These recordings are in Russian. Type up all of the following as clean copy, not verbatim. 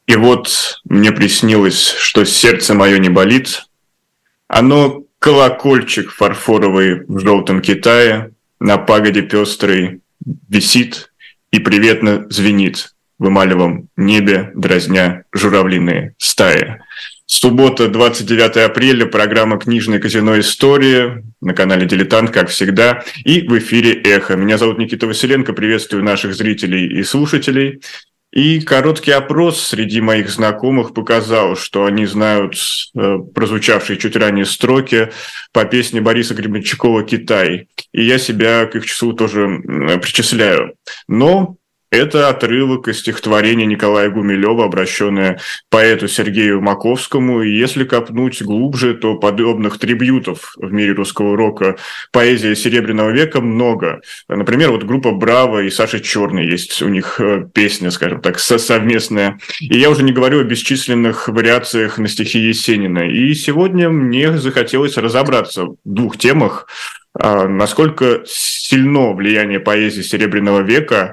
И вот мне приснилось, что сердце мое не болит. Оно колокольчик фарфоровый в желтом Китае на пагоде пестрой висит и приветно звенит в эмалевом небе, дразня журавлиные стаи. Суббота, 29 апреля, программа «Книжное казино. История» на канале «Дилетант», как всегда, и в эфире «Эхо». Меня зовут Никита Василенко, приветствую наших зрителей и слушателей. И короткий опрос среди моих знакомых показал, что они знают прозвучавшие чуть ранее строки по песне Бориса Гребенщикова «Китай». И я себя к их числу тоже причисляю. Но это отрывок из стихотворения Николая Гумилева, обращенное к поэту Сергею Маковскому. И если копнуть глубже, то подобных трибьютов в мире русского рока поэзии Серебряного века много. Например, вот группа «Браво» и Саша Черный, есть у них песня, скажем так, совместная. И я уже не говорю о бесчисленных вариациях на стихи Есенина. И сегодня мне захотелось разобраться в двух темах. Насколько сильно влияние поэзии Серебряного века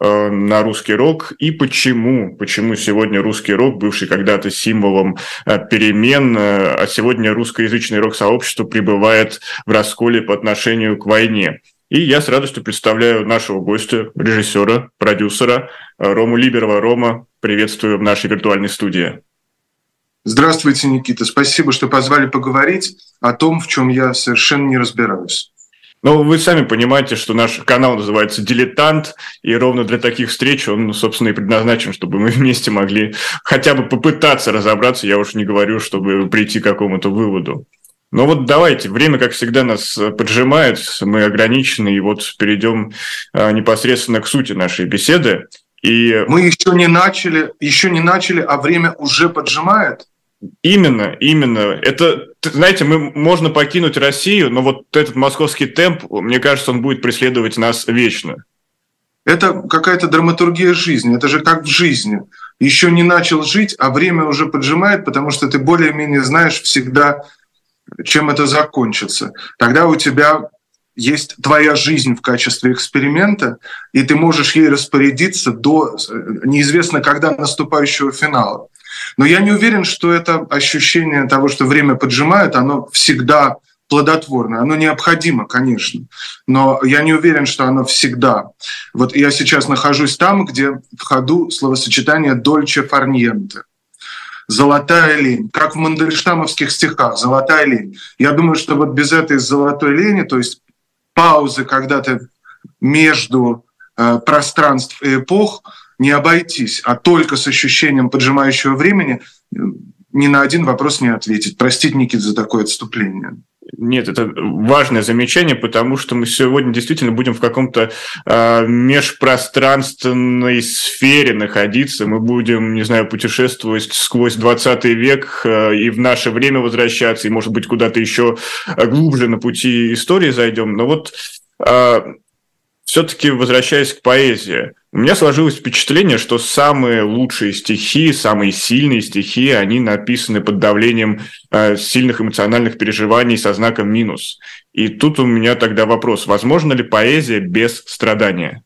на русский рок, и почему сегодня русский рок, бывший когда-то символом перемен, а сегодня русскоязычное рок-сообщество пребывает в расколе по отношению к войне. И я с радостью представляю нашего гостя, режиссера, продюсера Рому Либерова. Рома, приветствую в нашей виртуальной студии. Здравствуйте, Никита. Спасибо, что позвали поговорить о том, в чем я совершенно не разбираюсь. Ну, вы сами понимаете, что наш канал называется «Дилетант», и ровно для таких встреч он, собственно, и предназначен, чтобы мы вместе могли хотя бы попытаться разобраться, я уж не говорю, чтобы прийти к какому-то выводу. Но вот давайте, время, как всегда, нас поджимает, мы ограничены, и вот перейдем непосредственно к сути нашей беседы. И мы еще не начали, а время уже поджимает? Именно. Это, знаете, можно покинуть Россию, но вот этот московский темп, мне кажется, он будет преследовать нас вечно. Это какая-то драматургия жизни, это же как в жизни. Еще не начал жить, а время уже поджимает, потому что ты более-менее знаешь всегда, чем это закончится. Тогда у тебя есть твоя жизнь в качестве эксперимента, и ты можешь ей распорядиться до неизвестно когда наступающего финала. Но я не уверен, что это ощущение того, что время поджимает, оно всегда плодотворное. Оно необходимо, конечно, но я не уверен, что оно всегда. Вот я сейчас нахожусь там, где в ходу словосочетание «дольче фар ниенте». «Золотая лень», как в мандельштамовских стихах «золотая лень». Я думаю, что вот без этой золотой лени, то есть паузы когда-то между пространств и эпох, не обойтись, а только с ощущением поджимающего времени ни на один вопрос не ответить. Простите, Никита, за такое отступление. Нет, это важное замечание, потому что мы сегодня действительно будем в каком-то межпространственной сфере находиться. Мы будем, не знаю, путешествовать сквозь 20 век и в наше время возвращаться, и, может быть, куда-то еще глубже на пути истории зайдем. Но вот все-таки, возвращаясь к поэзии, у меня сложилось впечатление, что самые лучшие стихи, самые сильные стихи, они написаны под давлением сильных эмоциональных переживаний со знаком минус. И тут у меня тогда вопрос, возможно ли поэзия без страдания?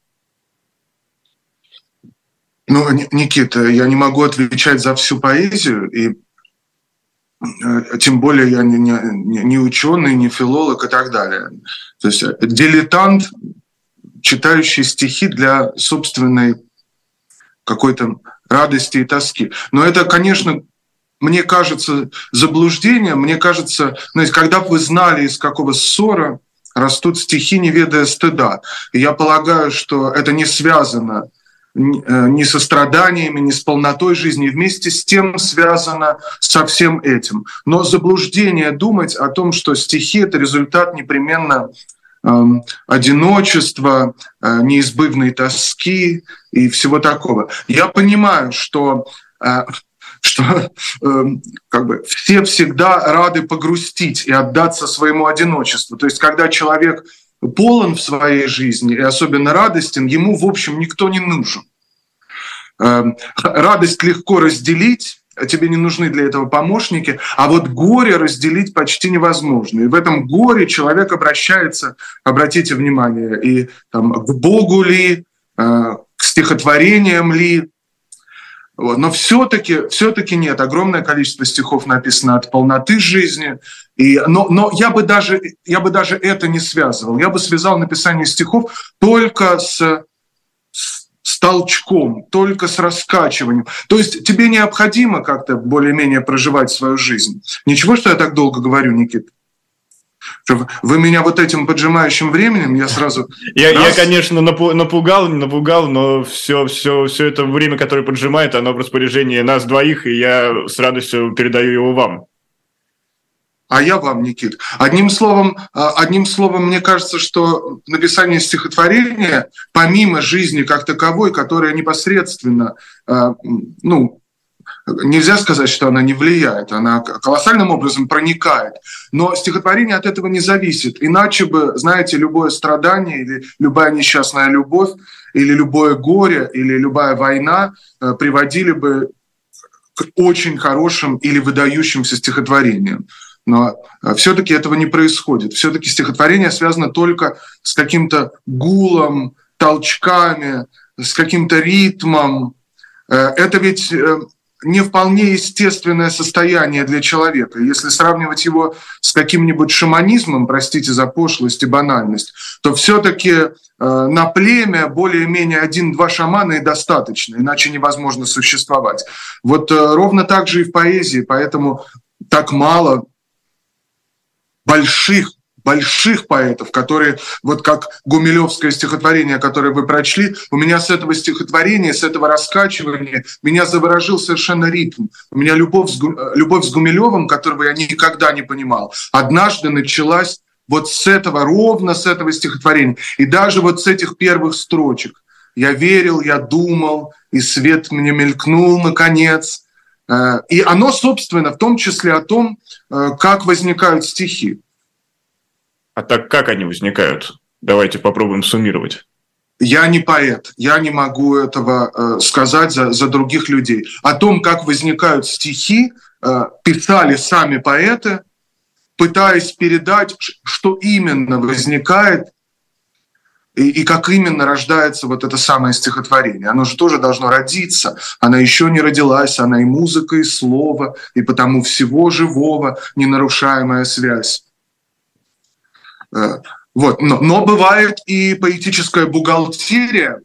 Ну, Никита, я не могу отвечать за всю поэзию, и тем более я не ученый, не филолог и так далее. То есть дилетант, читающий стихи для собственной какой-то радости и тоски. Но это, конечно, мне кажется, заблуждение. Мне кажется, знаете, когда бы вы знали, из какого ссора растут стихи, не ведая стыда. И я полагаю, что это не связано ни со страданиями, ни с полнотой жизни, и вместе с тем связано со всем этим. Но заблуждение думать о том, что стихи — это результат непременно одиночества, неизбывной тоски и всего такого. Я понимаю, что как бы все всегда рады погрустить и отдаться своему одиночеству. То есть когда человек полон в своей жизни и особенно радостен, ему, в общем, никто не нужен. Радость легко разделить, тебе не нужны для этого помощники, а вот горе разделить почти невозможно. И в этом горе человек обращается, обратите внимание, и там, к Богу ли, к стихотворениям ли. Вот. Но все-таки нет. Огромное количество стихов написано от полноты жизни. Но я бы даже это не связывал. Я бы связал написание стихов только с толчком, только с раскачиванием. То есть тебе необходимо как-то более-менее проживать свою жизнь. Ничего, что я так долго говорю, Никита? Вы меня вот этим поджимающим временем, я сразу... Я, конечно, напугал, но все это время, которое поджимает, оно в распоряжении нас двоих, и я с радостью передаю его вам. А я вам, Никит. Одним словом, мне кажется, что написание стихотворения, помимо жизни как таковой, которая непосредственно, нельзя сказать, что она не влияет, она колоссальным образом проникает, но стихотворение от этого не зависит. Иначе бы, знаете, любое страдание или любая несчастная любовь, или любое горе, или любая война приводили бы к очень хорошим или выдающимся стихотворениям. Но все-таки этого не происходит. Все-таки стихотворение связано только с каким-то гулом, толчками, с каким-то ритмом. Это ведь не вполне естественное состояние для человека. Если сравнивать его с каким-нибудь шаманизмом, простите за пошлость и банальность, то все-таки на племя более-менее 1-2 шамана и достаточно, иначе невозможно существовать. Вот ровно так же и в поэзии, поэтому так мало больших поэтов, которые, вот как гумилевское стихотворение, которое вы прочли, у меня с этого стихотворения, с этого раскачивания, меня заворожил совершенно ритм. У меня любовь с Гумилевым, которого я никогда не понимал, однажды началась вот ровно с этого стихотворения. И даже вот с этих первых строчек. «Я верил, я думал, и свет мне мелькнул, наконец». И оно, собственно, в том числе о том, как возникают стихи. А так как они возникают? Давайте попробуем суммировать. Я не поэт, я не могу этого сказать за других людей. О том, как возникают стихи, писали сами поэты, пытаясь передать, что именно возникает и как именно рождается вот это самое стихотворение. Оно же тоже должно родиться. Она еще не родилась, она и музыка, и слово, и потому всего живого ненарушаемая связь. Вот. Но бывает и поэтическая бухгалтерия.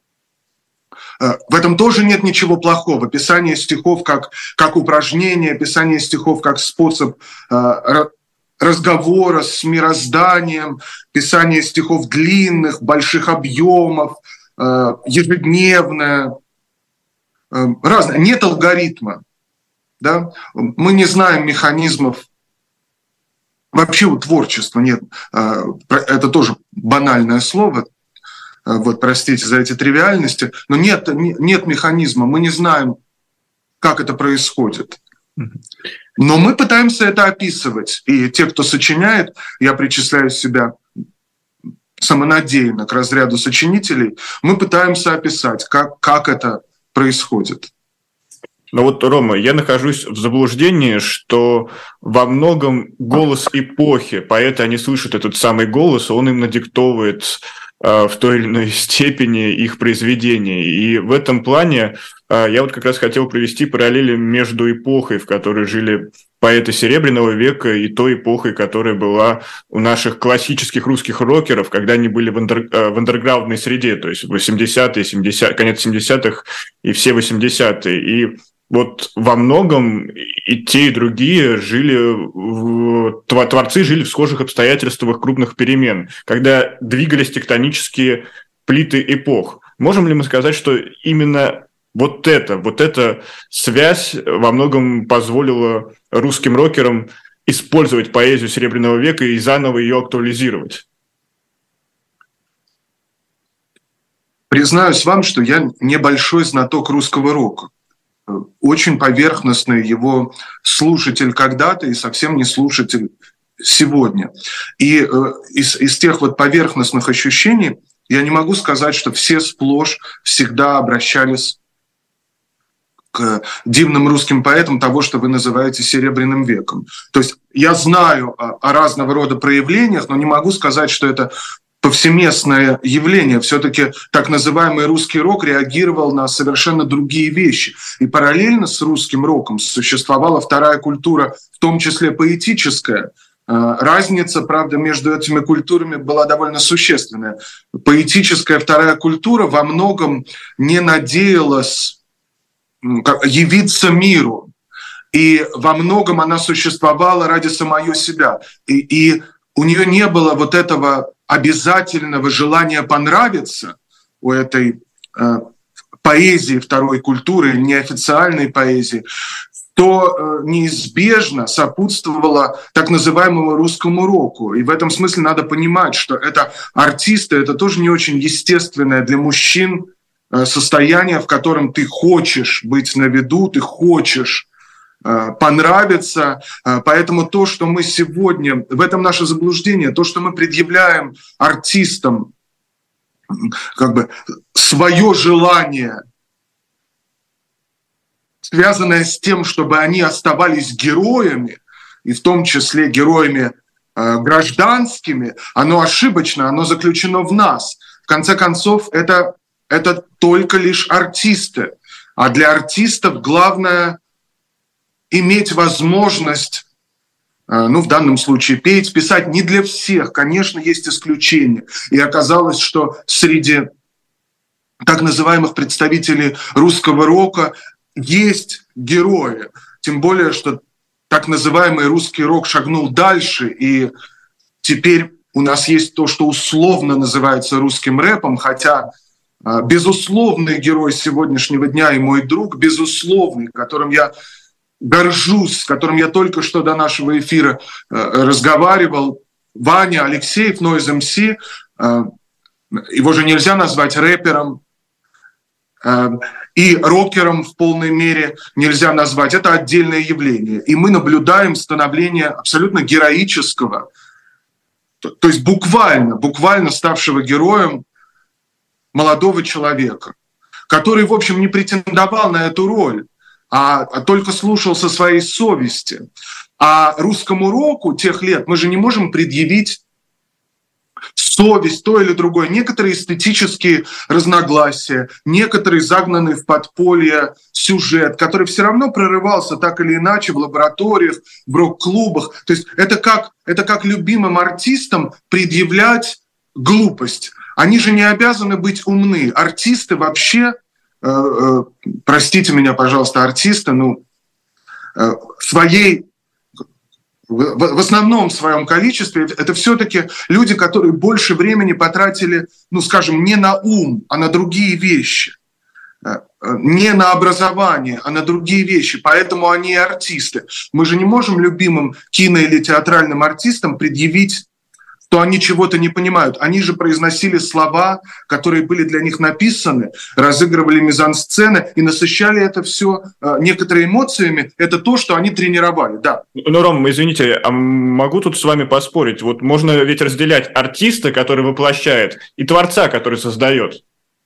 В этом тоже нет ничего плохого. Писание стихов как упражнение, писание стихов как способ разговора с мирозданием, писание стихов длинных, больших объемов, ежедневное, разное. Нет алгоритма. Да? Мы не знаем механизмов. Вообще у творчества нет. Это тоже банальное слово. Вот, простите за эти тривиальности. Но нет механизма. Мы не знаем, как это происходит. Но мы пытаемся это описывать. И те, кто сочиняет, я причисляю себя самонадеянно к разряду сочинителей, мы пытаемся описать, как это происходит. Но вот, Рома, я нахожусь в заблуждении, что во многом голос эпохи, поэты, они слышат этот самый голос, он им надиктовывает в той или иной степени их произведения. И в этом плане я вот как раз хотел провести параллели между эпохой, в которой жили поэты Серебряного века, и той эпохой, которая была у наших классических русских рокеров, когда они были в андерграундной среде, то есть 80-е, 70-е, конец 70-х и все 80-е. И вот во многом и те, и другие творцы жили в схожих обстоятельствах крупных перемен, когда двигались тектонические плиты эпох. Можем ли мы сказать, что именно вот эта связь во многом позволила русским рокерам использовать поэзию Серебряного века и заново ее актуализировать? Признаюсь вам, что я небольшой знаток русского рока. Очень поверхностный его слушатель когда-то и совсем не слушатель сегодня. И из тех вот поверхностных ощущений я не могу сказать, что все сплошь всегда обращались к дивным русским поэтам того, что вы называете Серебряным веком. То есть я знаю о разного рода проявлениях, но не могу сказать, что это повсеместное явление. Все-таки так называемый русский рок реагировал на совершенно другие вещи. И параллельно с русским роком существовала вторая культура, в том числе поэтическая. Разница, правда, между этими культурами была довольно существенная. Поэтическая вторая культура во многом не надеялась явиться миру. И во многом она существовала ради самой себя. И у нее не было вот этого обязательного желания понравиться у этой поэзии второй культуры, неофициальной поэзии, то неизбежно сопутствовало так называемому русскому року. И в этом смысле надо понимать, что это артисты, это тоже не очень естественное для мужчин состояние, в котором ты хочешь быть на виду, ты хочешь понравиться. Поэтому то, что мы сегодня, в этом наше заблуждение, то, что мы предъявляем артистам, как бы свое желание, связанное с тем, чтобы они оставались героями, и в том числе героями гражданскими, оно ошибочно, оно заключено в нас. В конце концов, это только лишь артисты. А для артистов главное иметь возможность, в данном случае петь, писать. Не для всех, конечно, есть исключения. И оказалось, что среди так называемых представителей русского рока есть герои. Тем более, что так называемый русский рок шагнул дальше, и теперь у нас есть то, что условно называется русским рэпом, хотя безусловный герой сегодняшнего дня и мой друг, безусловный, которым я горжусь, с которым я только что до нашего эфира разговаривал, Ваня Алексеев, Noise MC, его же нельзя назвать рэпером, и рокером в полной мере нельзя назвать. Это отдельное явление. И мы наблюдаем становление абсолютно героического, то есть буквально ставшего героем молодого человека, который, в общем, не претендовал на эту роль, а только слушался своей совести. А русскому року тех лет мы же не можем предъявить совесть, то или другое. Некоторые эстетические разногласия, некоторый загнанный в подполье сюжет, который все равно прорывался так или иначе в лабораториях, в рок-клубах. То есть это как любимым артистам предъявлять глупость. Они же не обязаны быть умны. Артисты вообще, простите меня, пожалуйста, артисты, в основном своем количестве это все-таки люди, которые больше времени потратили, не на ум, а на другие вещи. Не на образование, а на другие вещи. Поэтому они и артисты. Мы же не можем любимым кино- или театральным артистам предъявить, что они чего-то не понимают. Они же произносили слова, которые были для них написаны, разыгрывали мизансцены и насыщали это все некоторыми эмоциями. Это то, что они тренировали, да. Ром, извините, а могу тут с вами поспорить? Вот можно ведь разделять артиста, который воплощает, и творца, который создает.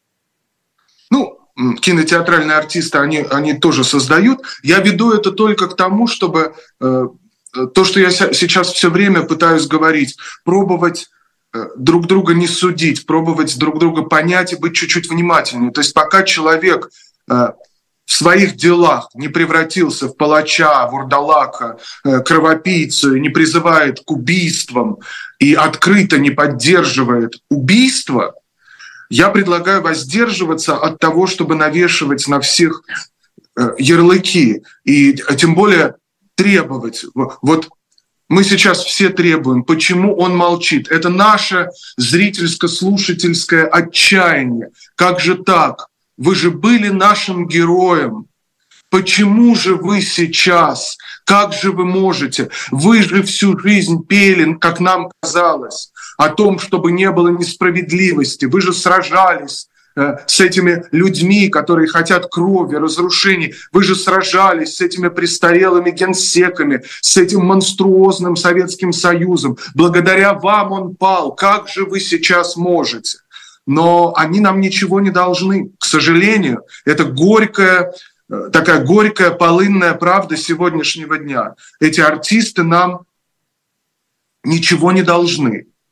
Кинотеатральные артисты, они тоже создают. Я веду это только к тому, чтобы то, что я сейчас все время пытаюсь говорить, пробовать друг друга не судить, пробовать друг друга понять и быть чуть-чуть внимательнее. То есть пока человек в своих делах не превратился в палача, вурдалака, кровопийцу, не призывает к убийствам и открыто не поддерживает убийство, я предлагаю воздерживаться от того, чтобы навешивать на всех ярлыки. И тем более требовать. Вот мы сейчас все требуем. Почему он молчит? Это наше зрительско-слушательское отчаяние. Как же так? Вы же были нашим героем. Почему же вы сейчас? Как же вы можете? Вы же всю жизнь пели, как нам казалось, о том, чтобы не было несправедливости. Вы же сражались с этими людьми, которые хотят крови, разрушений. Вы же сражались с этими престарелыми генсеками, с этим монструозным Советским Союзом. Благодаря вам он пал. Как же вы сейчас можете? Но они нам ничего не должны. К сожалению, это такая горькая, полынная правда сегодняшнего дня. Эти артисты нам ничего не должны.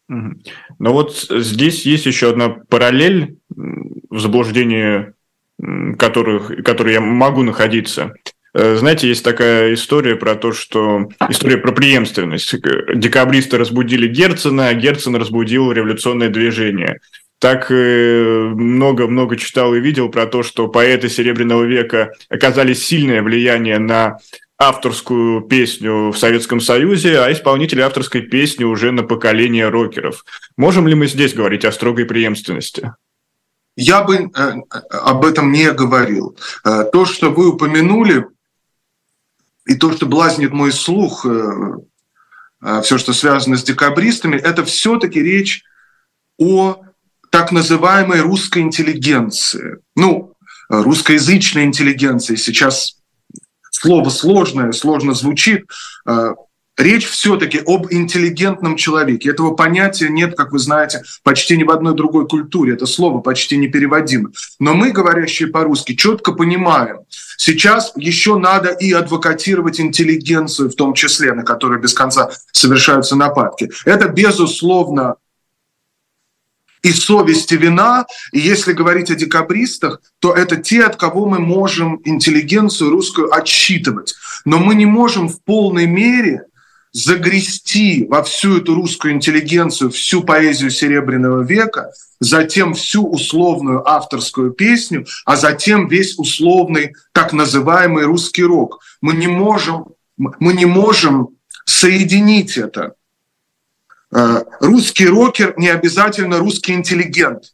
Мгм. Но вот здесь есть еще одна параллель в заблуждении, которой я могу находиться. Знаете, есть такая история про то, что история про преемственность. Декабристы разбудили Герцена, а Герцен разбудил революционное движение. Так много-много читал и видел про то, что поэты Серебряного века оказали сильное влияние на авторскую песню в Советском Союзе, а исполнители авторской песни уже на поколение рокеров. Можем ли мы здесь говорить о строгой преемственности? Я бы об этом не говорил. То, что вы упомянули, и то, что блазнит мой слух, все, что связано с декабристами, это все-таки речь о так называемой русской интеллигенции. Ну, русскоязычной интеллигенции. Сейчас слово сложное, сложно звучит. Речь все-таки об интеллигентном человеке. Этого понятия нет, как вы знаете, почти ни в одной другой культуре. Это слово почти непереводимо. Но мы, говорящие по-русски, четко понимаем, сейчас еще надо и адвокатировать интеллигенцию, в том числе, на которой без конца совершаются нападки. Это, безусловно, и совесть, и вина. И если говорить о декабристах, то это те, от кого мы можем интеллигенцию русскую отсчитывать. Но мы не можем в полной мере загрести во всю эту русскую интеллигенцию, всю поэзию Серебряного века, затем всю условную авторскую песню, а затем весь условный так называемый русский рок. Мы не можем соединить это. Русский рокер не обязательно русский интеллигент.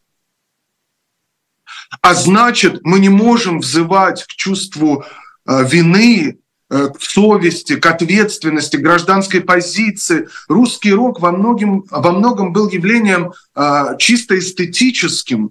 А значит, мы не можем взывать к чувству вины, к совести, к ответственности, к гражданской позиции. Русский рок во многом был явлением чисто эстетическим,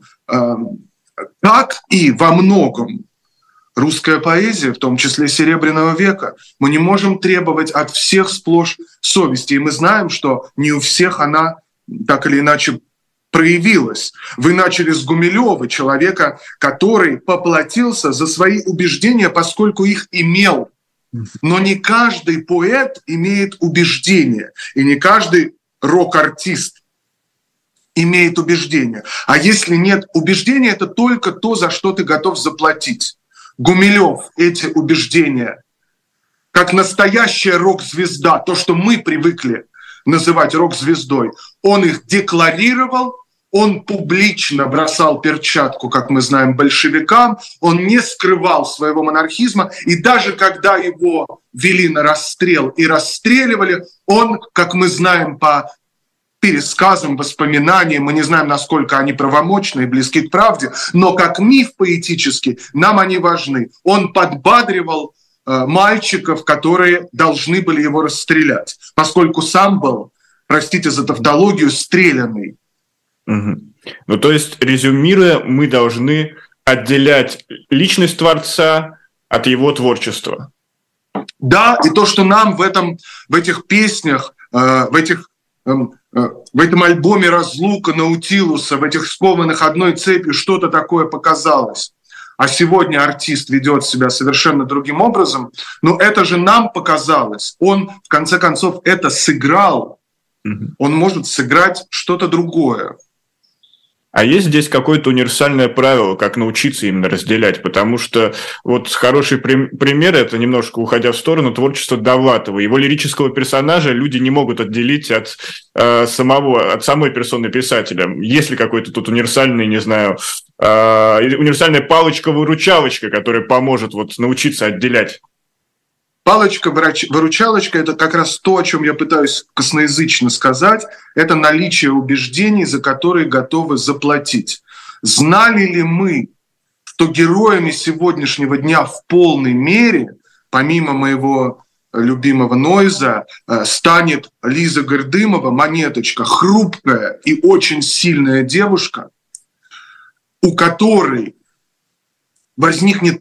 как и во многом русская поэзия, в том числе Серебряного века. Мы не можем требовать от всех сплошь совести. И мы знаем, что не у всех она так или иначе проявилась. Вы начали с Гумилёва, человека, который поплатился за свои убеждения, поскольку их имел. Но не каждый поэт имеет убеждения, и не каждый рок-артист имеет убеждения. А если нет убеждения, это только то, за что ты готов заплатить. Гумилёв эти убеждения, как настоящая рок-звезда, то, что мы привыкли называть рок-звездой, он их декларировал, он публично бросал перчатку, как мы знаем, большевикам, он не скрывал своего монархизма, и даже когда его вели на расстрел и расстреливали, он, как мы знаем по пересказам, воспоминаниям, мы не знаем, насколько они правомочны и близки к правде, но как миф поэтический нам они важны. Он подбадривал мальчиков, которые должны были его расстрелять, поскольку сам был, простите за тавтологию, стрелянный. Угу. Ну, то есть, резюмируя, мы должны отделять личность творца от его творчества. Да, и то, что нам в этих песнях, в этом альбоме «Разлука» Наутилуса, в этих скованных одной цепью что-то такое показалось. А сегодня артист ведет себя совершенно другим образом. Но это же нам показалось. Он, в конце концов, это сыграл. Он может сыграть что-то другое. А есть здесь какое-то универсальное правило, как научиться именно разделять? Потому что вот хороший пример, это немножко уходя в сторону, творчество Довлатова. Его лирического персонажа люди не могут отделить от самой персоны писателя. Есть ли какой-то тут универсальный, не знаю, универсальная палочка-выручалочка, которая поможет вот научиться отделять? Палочка-выручалочка – это как раз то, о чем я пытаюсь косноязычно сказать. Это наличие убеждений, за которые готовы заплатить. Знали ли мы, что героями сегодняшнего дня в полной мере, помимо моего любимого Нойза, станет Лиза Гордымова, Монеточка, хрупкая и очень сильная девушка, у которой возникнет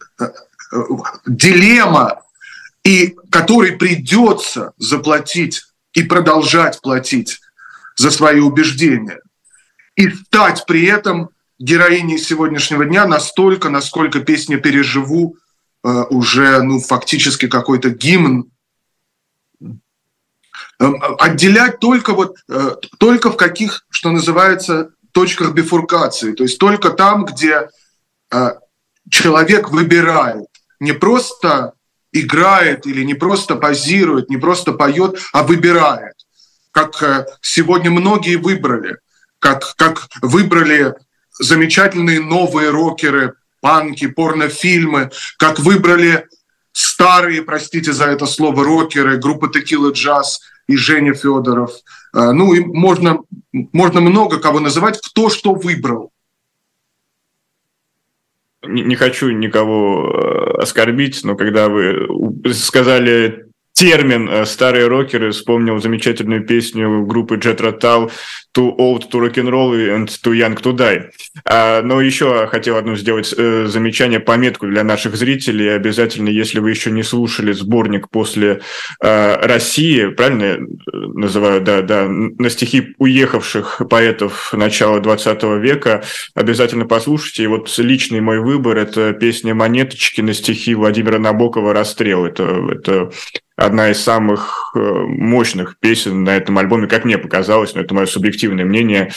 дилемма, и которой придется заплатить и продолжать платить за свои убеждения. И стать при этом героиней сегодняшнего дня настолько, насколько песня «Переживу» уже фактически какой-то гимн. Отделять только только в каких, что называется, точках бифуркации, то есть только там, где человек выбирает, не просто играет или не просто позирует, не просто поет, а выбирает. Как сегодня многие выбрали, как выбрали замечательные новые рокеры, панки, порнофильмы, как выбрали старые, простите за это слово, рокеры, группа Tequila Jazz и Женя Федоров. Ну и можно много кого называть, кто что выбрал. Не хочу никого оскорбить, но когда вы сказали термин «старые рокеры», вспомнил замечательную песню группы Jethro Tull «Too old to rock and roll and too young to die». Но еще хотел одно сделать замечание, пометку для наших зрителей. Обязательно, если вы еще не слушали сборник «После России», правильно я называю, да, на стихи уехавших поэтов начала 20 века, обязательно послушайте. И вот личный мой выбор – это песня «Монеточки» на стихи Владимира Набокова «Расстрел». Это одна из самых мощных песен на этом альбоме, как мне показалось, но это мое субъективное мнение.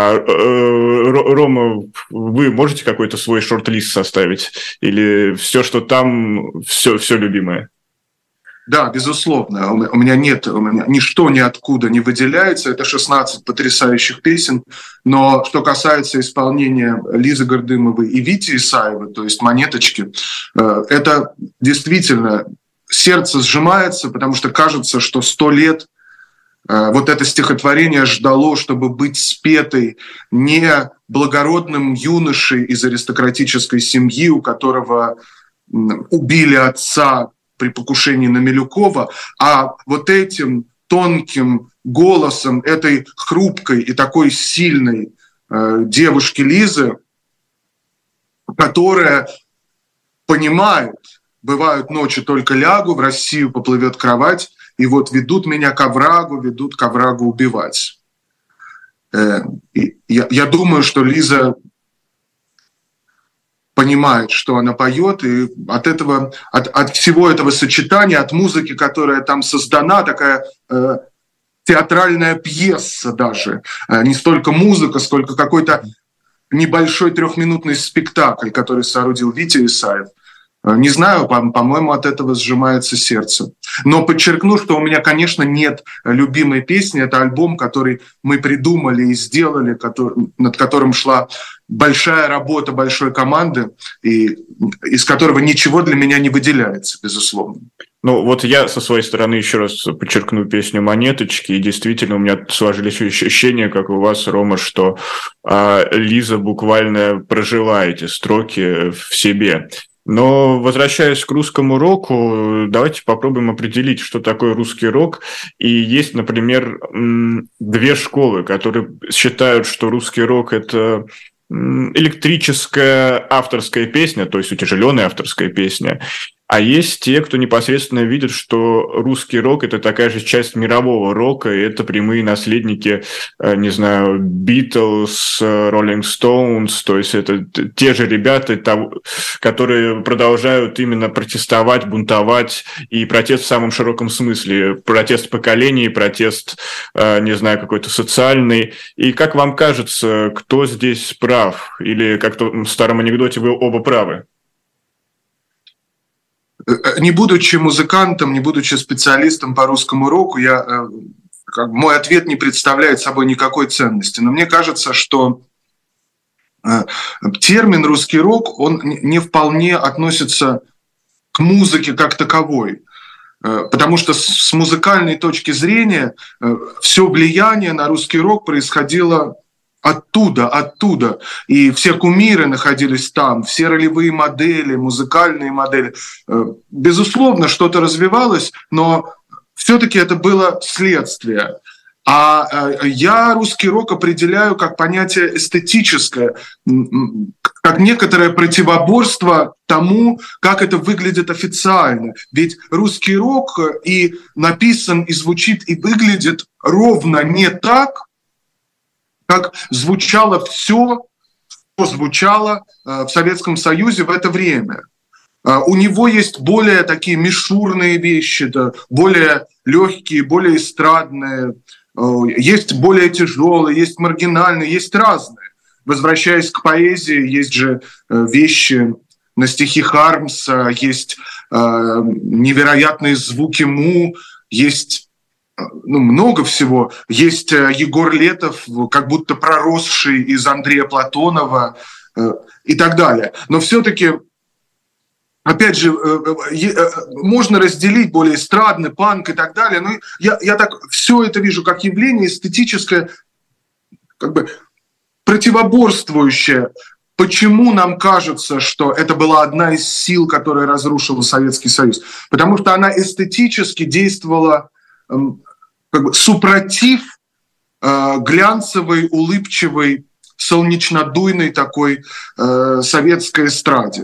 Рома, вы можете какой-то свой шорт-лист составить? Или все, что там, все любимое? Да, безусловно. У меня ничто ниоткуда не выделяется. Это 16 потрясающих песен. Но что касается исполнения Лизы Гордымовой и Вити Исаева, то есть «Монеточки», это действительно... Сердце сжимается, потому что кажется, что 100 лет вот это стихотворение ждало, чтобы быть спетой не благородным юношей из аристократической семьи, у которого убили отца при покушении на Милюкова, а вот этим тонким голосом этой хрупкой и такой сильной девушки Лизы, которая понимает, бывают ночи, только лягу, в Россию поплывет кровать, и вот ведут меня к оврагу убивать. Я думаю, что Лиза понимает, что она поет, и от всего этого сочетания, от музыки, которая там создана, такая театральная пьеса даже, не столько музыка, сколько какой-то небольшой 3-минутный спектакль, который соорудил Витя Исаев. Не знаю, по-моему, от этого сжимается сердце. Но подчеркну, что у меня, конечно, нет любимой песни. Это альбом, который мы придумали и сделали, над которым шла большая работа большой команды, и из которого ничего для меня не выделяется, безусловно. Ну, вот я со своей стороны еще раз подчеркну песню «Монеточки», и действительно у меня сложились ощущения, как у вас, Рома, что Лиза буквально прожила эти строки в себе. Но, возвращаясь к русскому року, давайте попробуем определить, что такое русский рок. И есть, например, 2 школы, которые считают, что русский рок – это электрическая авторская песня, то есть утяжеленная авторская песня. А есть те, кто непосредственно видит, что русский рок – это такая же часть мирового рока, и это прямые наследники, не знаю, Beatles, Rolling Stones, то есть это те же ребята, которые продолжают именно протестовать, бунтовать, и протест в самом широком смысле, протест поколений, протест, не знаю, какой-то социальный. И как вам кажется, кто здесь прав? Или, как в старом анекдоте, вы оба правы? Не будучи музыкантом, не будучи специалистом по русскому року, мой ответ не представляет собой никакой ценности. Но мне кажется, что термин «русский рок», он не вполне относится к музыке как таковой. Потому что с музыкальной точки зрения все влияние на русский рок происходило оттуда. И все кумиры находились там, все ролевые модели, музыкальные модели. Безусловно, что-то развивалось, но все-таки это было следствие. А я русский рок определяю как понятие эстетическое, как некоторое противоборство тому, как это выглядит официально. Ведь русский рок и написан, и звучит, и выглядит ровно не так, как звучало все, что звучало в Советском Союзе в это время. У него есть более такие мишурные вещи, да, более легкие, более эстрадные, есть более тяжелые, есть маргинальные, есть разные. Возвращаясь к поэзии, есть же вещи на стихи Хармса, есть невероятные звуки Му, есть много всего. Есть Егор Летов, как будто проросший из Андрея Платонова и так далее. Но все-таки, опять же, можно разделить более эстрадный, панк и так далее. Но я так все это вижу как явление эстетическое, как бы противоборствующее. Почему нам кажется, что это была одна из сил, которая разрушила Советский Союз? Потому что она эстетически действовала как бы супротив глянцевой, улыбчивой, солнечнодуйной такой советской эстраде.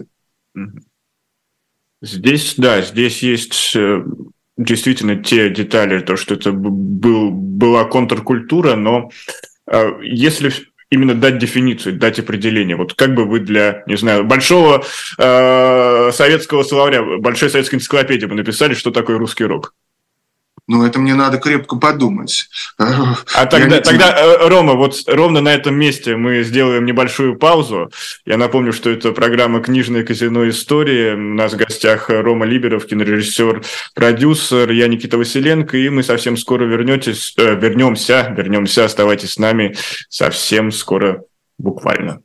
Здесь есть действительно те детали, то, что это была контркультура, но если именно дать дефиницию, дать определение, вот как бы вы для, не знаю, большого советского словаря, большой советской энциклопедии бы написали, что такое русский рок? Ну, это мне надо крепко подумать. Тогда, Рома, вот ровно на этом месте мы сделаем небольшую паузу. Я напомню, что это программа «Книжное казино. Истории». У нас в гостях Рома Либеров, кинорежиссер, продюсер, я Никита Василенко, и мы совсем скоро вернемся. Оставайтесь с нами совсем скоро, буквально.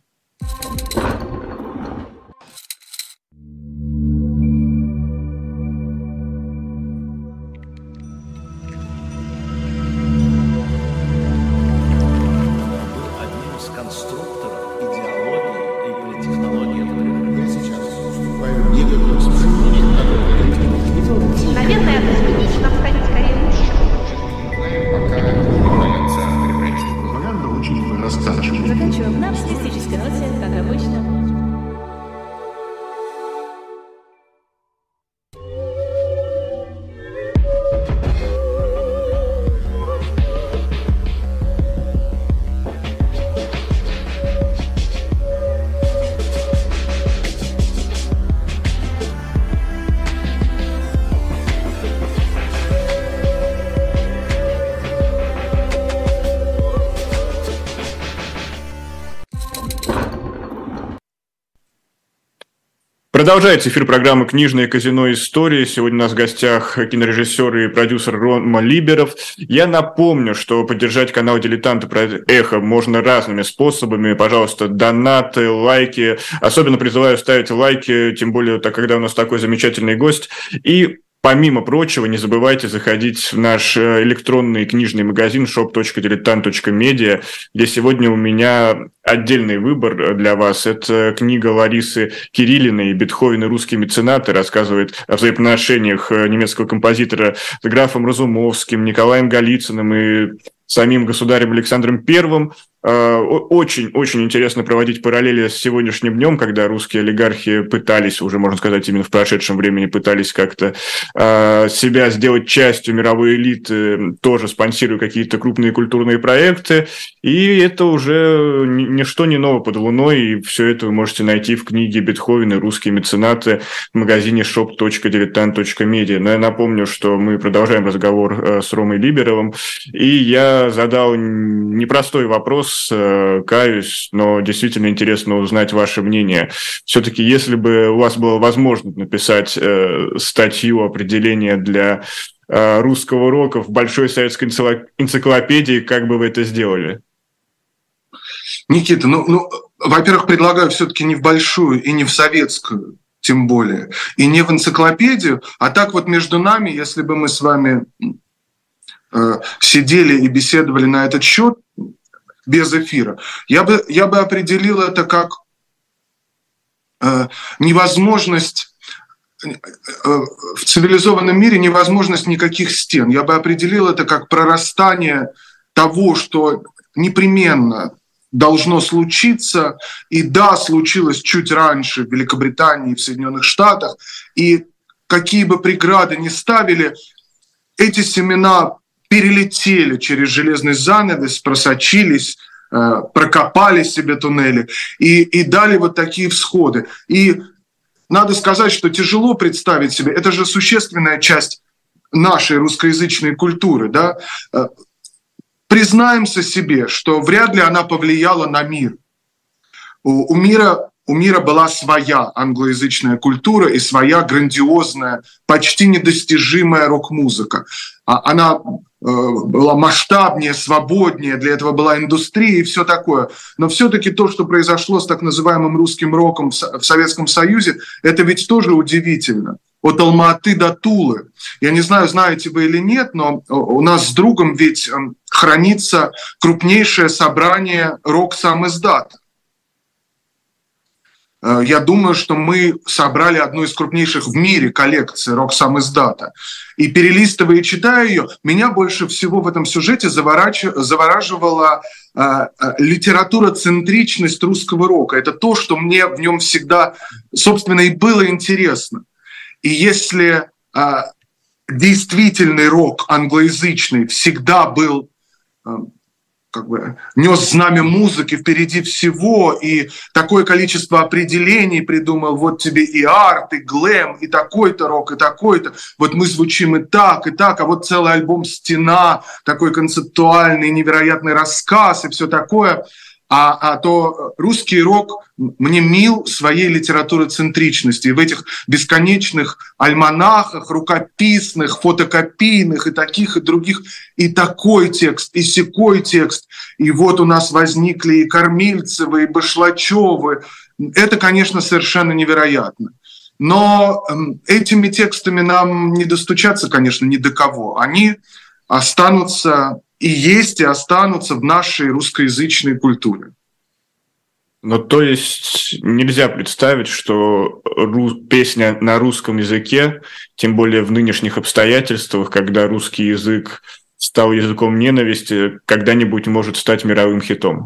Заканчиваем на оптимистической ноте, как обычно. Продолжается эфир программы «Книжное казино. Истории». Сегодня у нас в гостях кинорежиссер и продюсер Рома Либеров. Я напомню, что поддержать канал «Дилетанты» проект «Эхо» можно разными способами. Пожалуйста, донаты, лайки. Особенно призываю ставить лайки, тем более, когда у нас такой замечательный гость. И помимо прочего, не забывайте заходить в наш электронный книжный магазин shop.diletant.media, где сегодня у меня отдельный выбор для вас. Это книга Ларисы Кириллиной «Бетховен и русские меценаты», рассказывает о взаимоотношениях немецкого композитора с графом Разумовским, Николаем Голицыным и самим государем Александром I. Очень интересно проводить параллели с сегодняшним днем, когда русские олигархи пытались, уже можно сказать, именно в прошедшем времени пытались как-то себя сделать частью мировой элиты, тоже спонсируя какие-то крупные культурные проекты. И это уже ничто не ново под луной, и все это вы можете найти в книге «Бетховен и русские меценаты» в магазине shop.diletant.media. Но я напомню, что мы продолжаем разговор с Ромой Либеровым, и я задал непростой вопрос, каюсь, но действительно интересно узнать ваше мнение. Все-таки, если бы у вас была возможность написать статью, определение для русского рока в большой советской энциклопедии, как бы вы это сделали? Никита, во-первых, предлагаю все-таки не в большую и не в советскую, тем более, и не в энциклопедию, а так вот между нами, если бы мы с вами сидели и беседовали на этот счет, без эфира, я бы определил это как невозможность в цивилизованном мире, невозможность никаких стен. Я бы определил это как прорастание того, что непременно должно случиться, и да, случилось чуть раньше в Великобритании, в Соединенных Штатах, и какие бы преграды ни ставили, эти семена перелетели через железный занавес, просочились, прокопали себе туннели и дали вот такие всходы. И надо сказать, что тяжело представить себе, это же существенная часть нашей русскоязычной культуры, да? Признаемся себе, что вряд ли она повлияла на мир. У мира была своя англоязычная культура и своя грандиозная, почти недостижимая рок-музыка. Она была масштабнее, свободнее, для этого была индустрия и все такое. Но все-таки то, что произошло с так называемым русским роком в Советском Союзе, это ведь тоже удивительно. От Алма-Аты до Тулы. Я не знаю, знаете вы или нет, но у нас с другом ведь хранится крупнейшее собрание рок-самиздата. Я думаю, что мы собрали одну из крупнейших в мире коллекций рок-самиздата. И перелистывая и читая ее, меня больше всего в этом сюжете завораживала литературоцентричность русского рока. Это то, что мне в нем всегда, собственно, и было интересно. И если действительный рок англоязычный всегда был, нес знамя музыки впереди всего, и такое количество определений придумал, вот тебе и арт, и глэм, и такой-то рок, и такой-то, вот мы звучим и так, а вот целый альбом «Стена», такой концептуальный, невероятный рассказ и все такое, то русский рок мне мил своей литературоцентричности. И в этих бесконечных альманахах, рукописных, фотокопийных и таких, и других, и такой текст, и сякой текст. И вот у нас возникли и Кормильцевы, и Башлачевы. Это, конечно, совершенно невероятно. Но этими текстами нам не достучаться, конечно, ни до кого. Они останутся и есть, и останутся в нашей русскоязычной культуре. Ну, то есть нельзя представить, что песня на русском языке, тем более в нынешних обстоятельствах, когда русский язык стал языком ненависти, когда-нибудь может стать мировым хитом?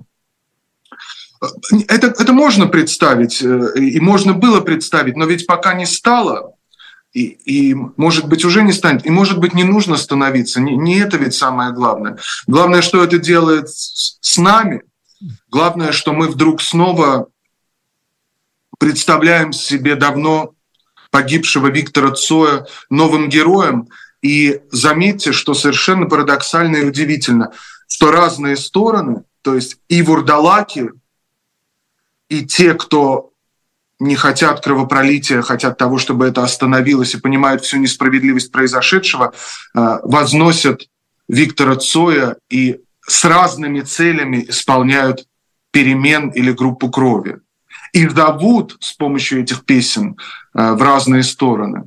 Это можно представить, и можно было представить, но ведь пока не стало, и, может быть, уже не станет, и, может быть, не нужно становиться. Не это ведь самое главное. Главное, что это делает с нами. Главное, что мы вдруг снова представляем себе давно погибшего Виктора Цоя новым героем. И заметьте, что совершенно парадоксально и удивительно, что разные стороны, то есть и вурдалаки, и те, кто не хотят кровопролития, хотят того, чтобы это остановилось, и понимают всю несправедливость произошедшего, возносят Виктора Цоя и с разными целями исполняют перемен или группу крови. И зовут с помощью этих песен в разные стороны.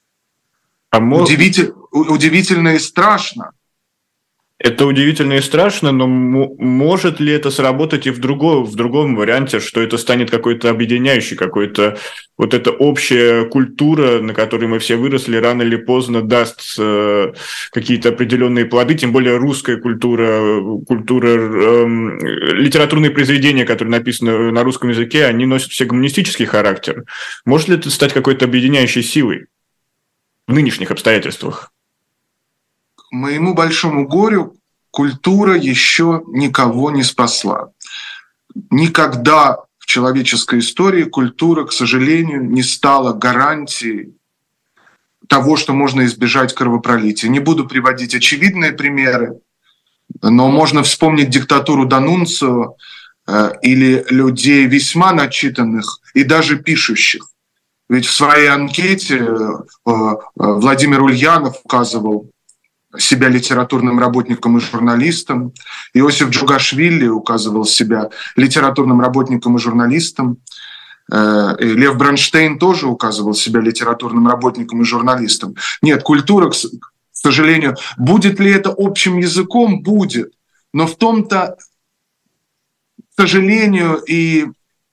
Удивительно и страшно. Это удивительно и страшно, но может ли это сработать и в другом варианте, что это станет какой-то объединяющий, какой-то вот эта общая культура, на которой мы все выросли, рано или поздно даст какие-то определенные плоды, тем более русская культура, литературные произведения, которые написаны на русском языке, они носят все гуманистический характер. Может ли это стать какой-то объединяющей силой в нынешних обстоятельствах? К моему большому горю культура еще никого не спасла. Никогда в человеческой истории культура, к сожалению, не стала гарантией того, что можно избежать кровопролития. Не буду приводить очевидные примеры, но можно вспомнить диктатуру Данунцио или людей весьма начитанных и даже пишущих. Ведь в своей анкете Владимир Ульянов указывал себя литературным работником и журналистом. Иосиф Джугашвили указывал себя литературным работником и журналистом. Лев Бронштейн тоже указывал себя литературным работником и журналистом. Нет, культура, к сожалению, будет ли это общим языком? Будет. Но в том-то, к сожалению, и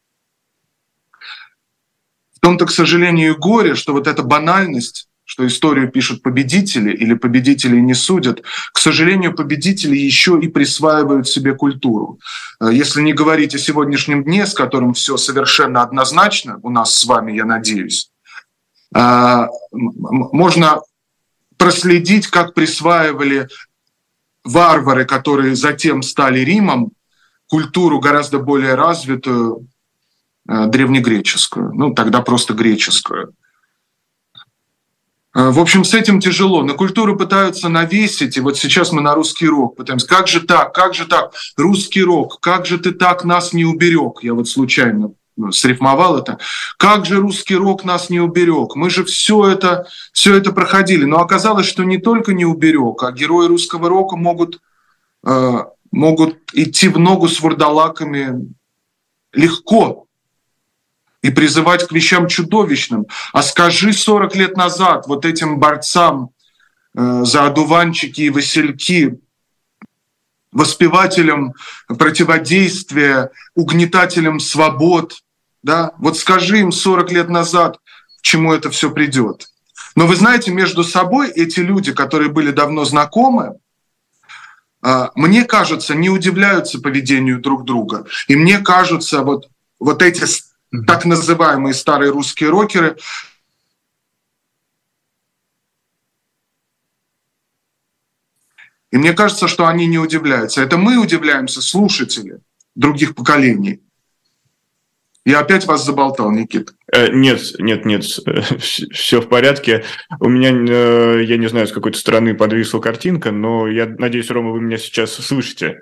горе, что вот эта банальность, что историю пишут победители или победителей не судят, к сожалению, победители еще и присваивают себе культуру. Если не говорить о сегодняшнем дне, с которым все совершенно однозначно у нас с вами, я надеюсь, можно проследить, как присваивали варвары, которые затем стали Римом, культуру гораздо более развитую, древнегреческую, ну тогда просто греческую. В общем, с этим тяжело. На культуру пытаются навесить, и вот сейчас мы на русский рок пытаемся. Как же так, русский рок, как же ты так нас не уберег? Я вот случайно срифмовал это. Как же русский рок нас не уберег? Мы же все это проходили. Но оказалось, что не только не уберег, а герои русского рока могут идти в ногу с вурдалаками легко и призывать к вещам чудовищным. А скажи 40 лет назад вот этим борцам за одуванчики и васильки, воспевателям противодействия, угнетателям свобод, да? Вот скажи им 40 лет назад, к чему это все придет. Но вы знаете, между собой эти люди, которые были давно знакомы, мне кажется, не удивляются поведению друг друга. И мне кажется, вот эти так называемые старые русские рокеры, и мне кажется, что они не удивляются. Это мы удивляемся, слушатели других поколений. Я опять вас заболтал, Никита. Нет, все в порядке. У меня, я не знаю, с какой-то стороны подвисла картинка, но я надеюсь, Рома, вы меня сейчас слышите.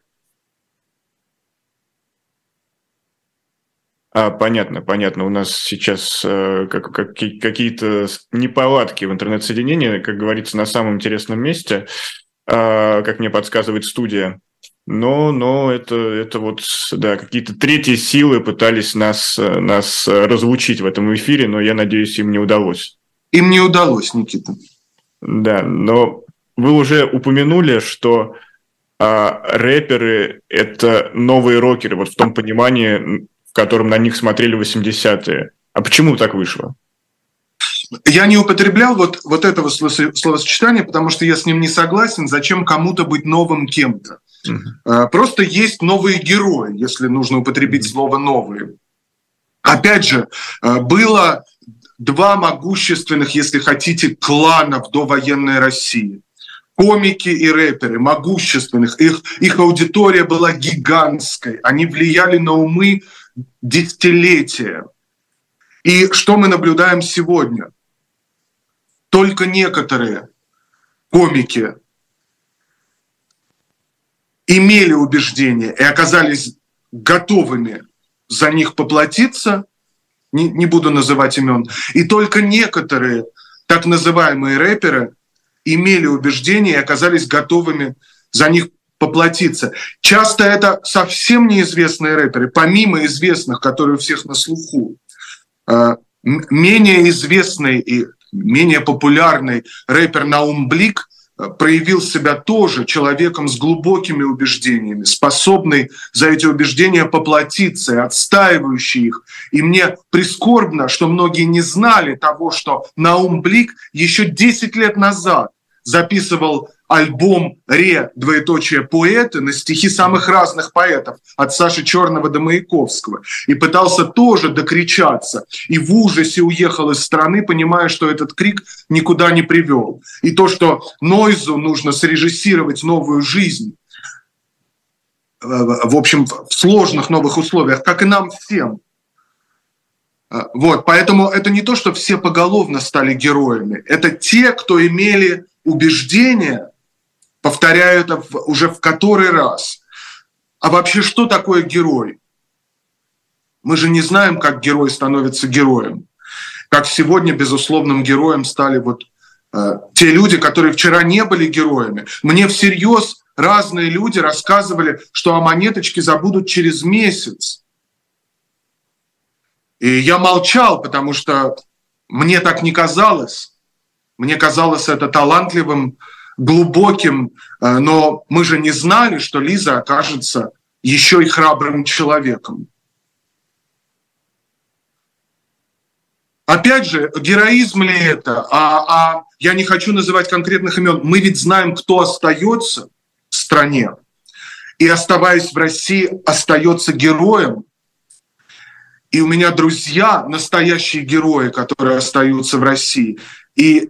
Понятно. У нас сейчас какие-то неполадки в интернет-соединении, как говорится, на самом интересном месте, как мне подсказывает студия. Но это вот, да, какие-то третьи силы пытались нас разлучить в этом эфире, но я надеюсь, им не удалось. Им не удалось, Никита. Да, но вы уже упомянули, что рэперы – это новые рокеры, вот в том понимании, в котором на них смотрели 80-е. А почему так вышло? Я не употреблял вот этого словосочетания, потому что я с ним не согласен. Зачем кому-то быть новым кем-то? Просто есть новые герои, если нужно употребить слово «новые». Опять же, было два могущественных, если хотите, клана в довоенной России. Комики и рэперы, могущественных. Их аудитория была гигантской. Они влияли на умы десятилетия. И что мы наблюдаем сегодня? Только некоторые комики имели убеждения и оказались готовыми за них поплатиться, не буду называть имен, и только некоторые так называемые рэперы имели убеждения и оказались готовыми за них поплатиться. Часто это совсем неизвестные рэперы, помимо известных, которые у всех на слуху. Менее известный и менее популярный рэпер Наум Блик проявил себя тоже человеком с глубокими убеждениями, способный за эти убеждения поплатиться и отстаивающий их. И мне прискорбно, что многие не знали того, что Наум Блик еще 10 лет назад записывал альбом «Поэты» на стихи самых разных поэтов, от Саши Черного до Маяковского, и пытался тоже докричаться, и в ужасе уехал из страны, понимая, что этот крик никуда не привел. И то, что Нойзу нужно срежиссировать новую жизнь, в общем, в сложных новых условиях, как и нам всем. Вот, поэтому это не то, что все поголовно стали героями, это те, кто имели убеждения, повторяю это уже в который раз. А вообще, что такое герой? Мы же не знаем, как герой становится героем. Как сегодня безусловным героем стали те люди, которые вчера не были героями. Мне всерьез разные люди рассказывали, что о Монеточке забудут через месяц. И я молчал, потому что мне так не казалось. Мне казалось это талантливым, глубоким, но мы же не знали, что Лиза окажется еще и храбрым человеком. Опять же, героизм ли это? Я не хочу называть конкретных имен. Мы ведь знаем, кто остается в стране и, оставаясь в России, остается героем. И у меня друзья, настоящие герои, которые остаются в России. И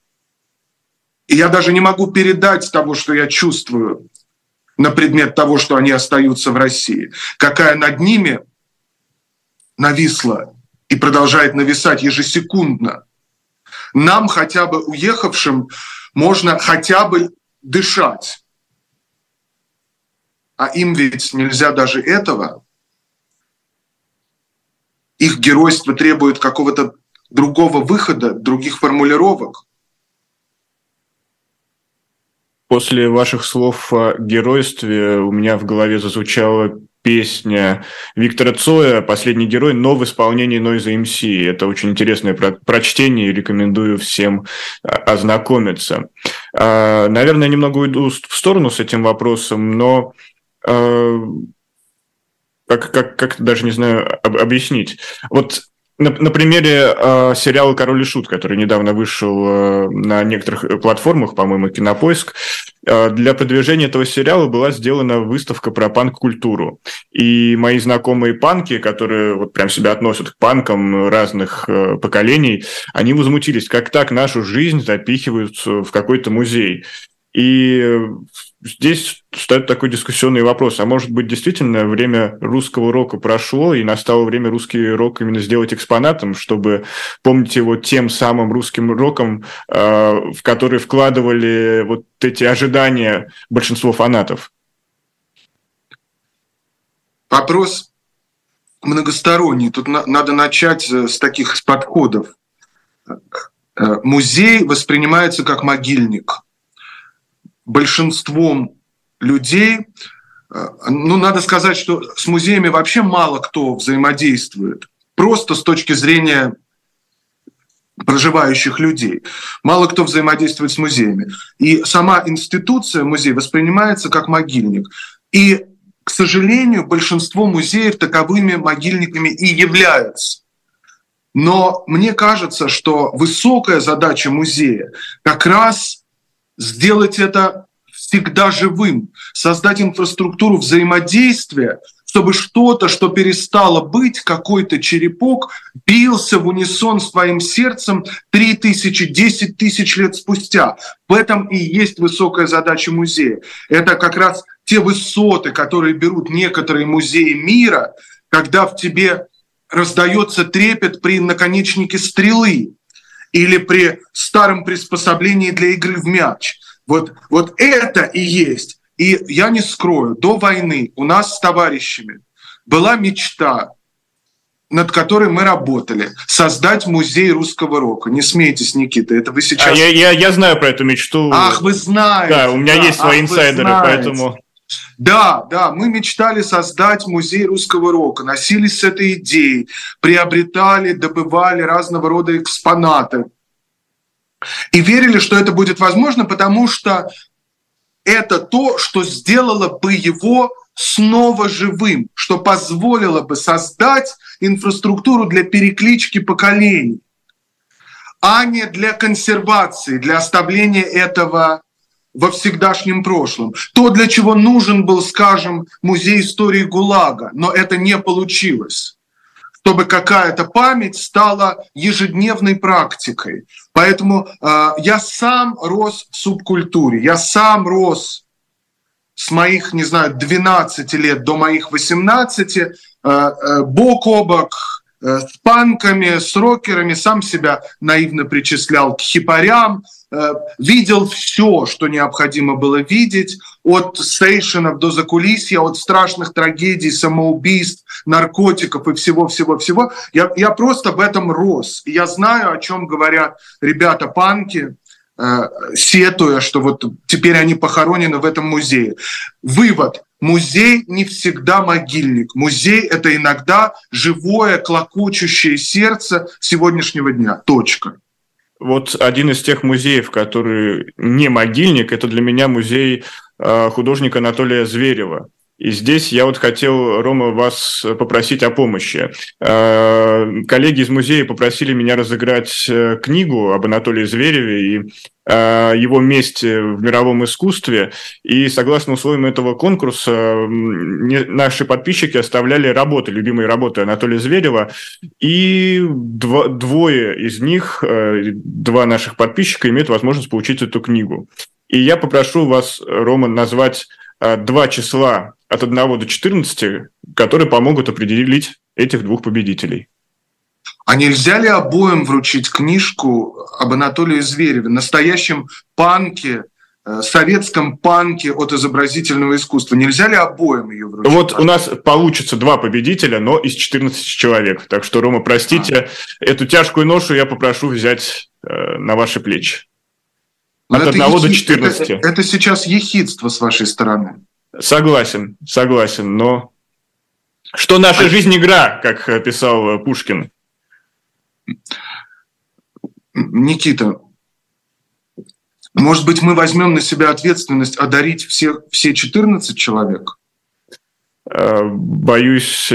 я даже не могу передать того, что я чувствую на предмет того, что они остаются в России. Какая над ними нависла и продолжает нависать ежесекундно, нам, хотя бы уехавшим, можно хотя бы дышать. А им ведь нельзя даже этого. Их геройство требует какого-то другого выхода, других формулировок. После ваших слов о геройстве у меня в голове зазвучала песня Виктора Цоя «Последний герой», но в исполнении Noise MC. Это очень интересное прочтение, и рекомендую всем ознакомиться. Наверное, немного уйду в сторону с этим вопросом, но как даже не знаю объяснить. Вот на примере сериала «Король и Шут», который недавно вышел на некоторых платформах, по-моему, Кинопоиск, для продвижения этого сериала была сделана выставка про панк-культуру. И мои знакомые панки, которые вот прям себя относят к панкам разных поколений, они возмутились, как так нашу жизнь запихивают в какой-то музей. И здесь встает такой дискуссионный вопрос. А может быть, действительно, время русского рока прошло, и настало время русский рок именно сделать экспонатом, чтобы помнить его тем самым русским роком, в который вкладывали вот эти ожидания большинства фанатов? Вопрос многосторонний. Тут надо начать с таких подходов. Музей воспринимается как могильник. Большинством людей, надо сказать, что с музеями вообще мало кто взаимодействует, просто с точки зрения проживающих людей. Мало кто взаимодействует с музеями. И сама институция музей воспринимается как могильник. И, к сожалению, большинство музеев таковыми могильниками и являются. Но мне кажется, что высокая задача музея как раз сделать это всегда живым, создать инфраструктуру взаимодействия, чтобы что-то, что перестало быть, какой-то черепок, бился в унисон с твоим сердцем 3000, 10 тысяч лет спустя. В этом и есть высокая задача музея. Это как раз те высоты, которые берут некоторые музеи мира, когда в тебе раздается трепет при наконечнике стрелы или при старом приспособлении для игры в мяч. Вот это и есть. И я не скрою, до войны у нас с товарищами была мечта, над которой мы работали, создать музей русского рока. Не смейтесь, Никита, это вы сейчас... Я знаю про эту мечту. Ах, вы знаете. Да, у меня есть свои инсайдеры, поэтому... Да, мы мечтали создать музей русского рока, носились с этой идеей, приобретали, добывали разного рода экспонаты. И верили, что это будет возможно, потому что это то, что сделало бы его снова живым, что позволило бы создать инфраструктуру для переклички поколений, а не для консервации, для оставления этого во всегдашнем прошлом. То, для чего нужен был, скажем, музей истории ГУЛАГа, но это не получилось, чтобы какая-то память стала ежедневной практикой. Поэтому я сам рос в субкультуре, я сам рос с моих, 12 лет до моих 18, бок о бок с панками, с рокерами, сам себя наивно причислял к хипарям, видел все, что необходимо было видеть, от стейшенов до закулисья, от страшных трагедий, самоубийств, наркотиков и всего-всего-всего. Я просто в этом рос. И я знаю, о чем говорят ребята-панки, сетуя, что вот теперь они похоронены в этом музее. Вывод. Музей не всегда могильник. Музей — это иногда живое, клокочущее сердце сегодняшнего дня. Точка. Вот один из тех музеев, который не могильник, это для меня музей художника Анатолия Зверева. И здесь я вот хотел, Рома, вас попросить о помощи. Коллеги из музея попросили меня разыграть книгу об Анатолии Звереве и его месте в мировом искусстве. И согласно условиям этого конкурса наши подписчики оставляли работы, любимые работы Анатолия Зверева. И двое из них, два наших подписчика, имеют возможность получить эту книгу. И я попрошу вас, Рома, назвать два числа от 1 до 14, которые помогут определить этих двух победителей. А нельзя ли обоим вручить книжку об Анатолии Звереве, настоящем панке, советском панке от изобразительного искусства? Нельзя ли обоим ее вручить? Вот у нас получится 2 победителя, но из 14 человек. Так что, Рома, простите, эту тяжкую ношу я попрошу взять на ваши плечи. От 1 до 14. Это сейчас ехидство с вашей стороны. Согласен, но что наша жизнь игра, как писал Пушкин. Никита, может быть, мы возьмем на себя ответственность одарить все 14 человек? Боюсь,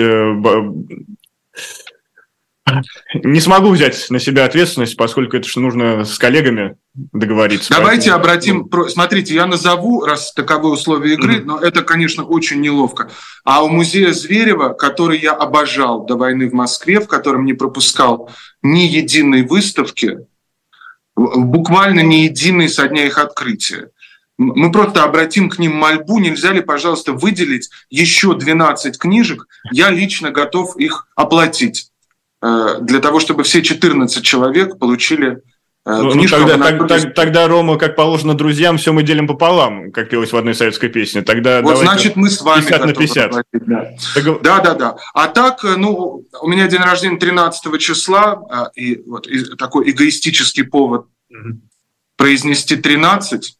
не смогу взять на себя ответственность, поскольку это же нужно с коллегами договориться. Давайте обратим... Смотрите, я назову, раз таковы условия игры, но это, конечно, очень неловко. А у музея Зверева, который я обожал до войны в Москве, в котором не пропускал ни единой выставки, буквально ни единой со дня их открытия, мы просто обратим к ним мольбу, нельзя ли, пожалуйста, выделить еще 12 книжек, я лично готов их оплатить, для того, чтобы все 14 человек получили книжку. Тогда, Рома, как положено друзьям, все мы делим пополам, как пелось в одной советской песне. Тогда вот значит, мы с вами 50 на 50. Да. А так, у меня день рождения 13 числа, и вот такой эгоистический повод произнести 13.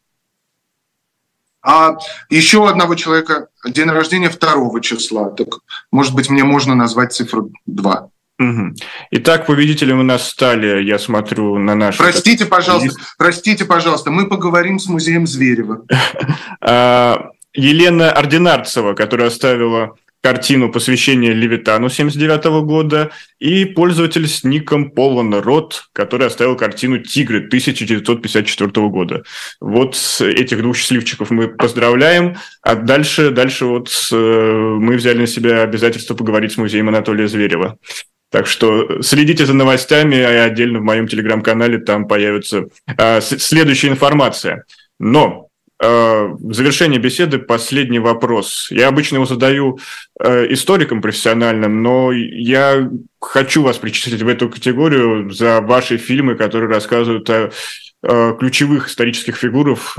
А еще у одного человека день рождения 2 числа. Так, может быть, мне можно назвать цифру 2. Итак, победителем у нас стали, я смотрю на наш... Простите, пожалуйста, мы поговорим с музеем Зверева. Елена Ординарцева, которая оставила картину посвящения Левитану 1979 года, и пользователь с ником Полон Рот, который оставил картину «Тигры» 1954 года. Вот этих 2 счастливчиков мы поздравляем, а дальше вот мы взяли на себя обязательство поговорить с музеем Анатолия Зверева. Так что следите за новостями, а отдельно в моем телеграм-канале там появится следующая информация. Но в завершении беседы последний вопрос. Я обычно его задаю историкам профессиональным, но я хочу вас причислить в эту категорию за ваши фильмы, которые рассказывают о ключевых исторических фигурах